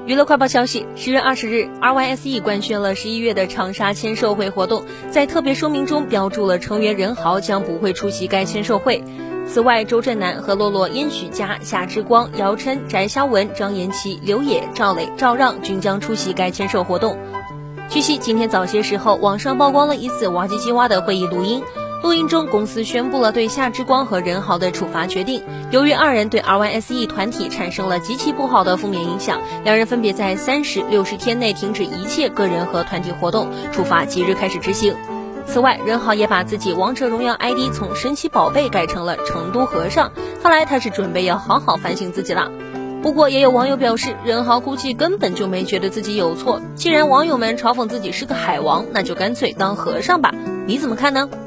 娱乐快报消息，10月20日 ，RYSE 官宣了11月的长沙签售会活动，在特别说明中标注了成员任豪将不会出席该签售会。此外，周震南、何洛洛、殷许佳、夏之光、姚琛、翟潇闻、张延齐、刘野、赵磊、赵让均将出席该签售活动。据悉，今天早些时候，网上曝光了疑似挖机机挖的会议录音。录音中，公司宣布了对夏之光和任豪的处罚决定。由于二人对 RYSE 团体产生了极其不好的负面影响，两人分别在30、60天内停止一切个人和团体活动，处罚即日开始执行。此外，任豪也把自己王者荣耀 ID 从神奇宝贝改成了成都和尚，看来他是准备要好好反省自己了。不过也有网友表示，任豪估计根本就没觉得自己有错，既然网友们嘲讽自己是个海王，那就干脆当和尚吧。你怎么看呢？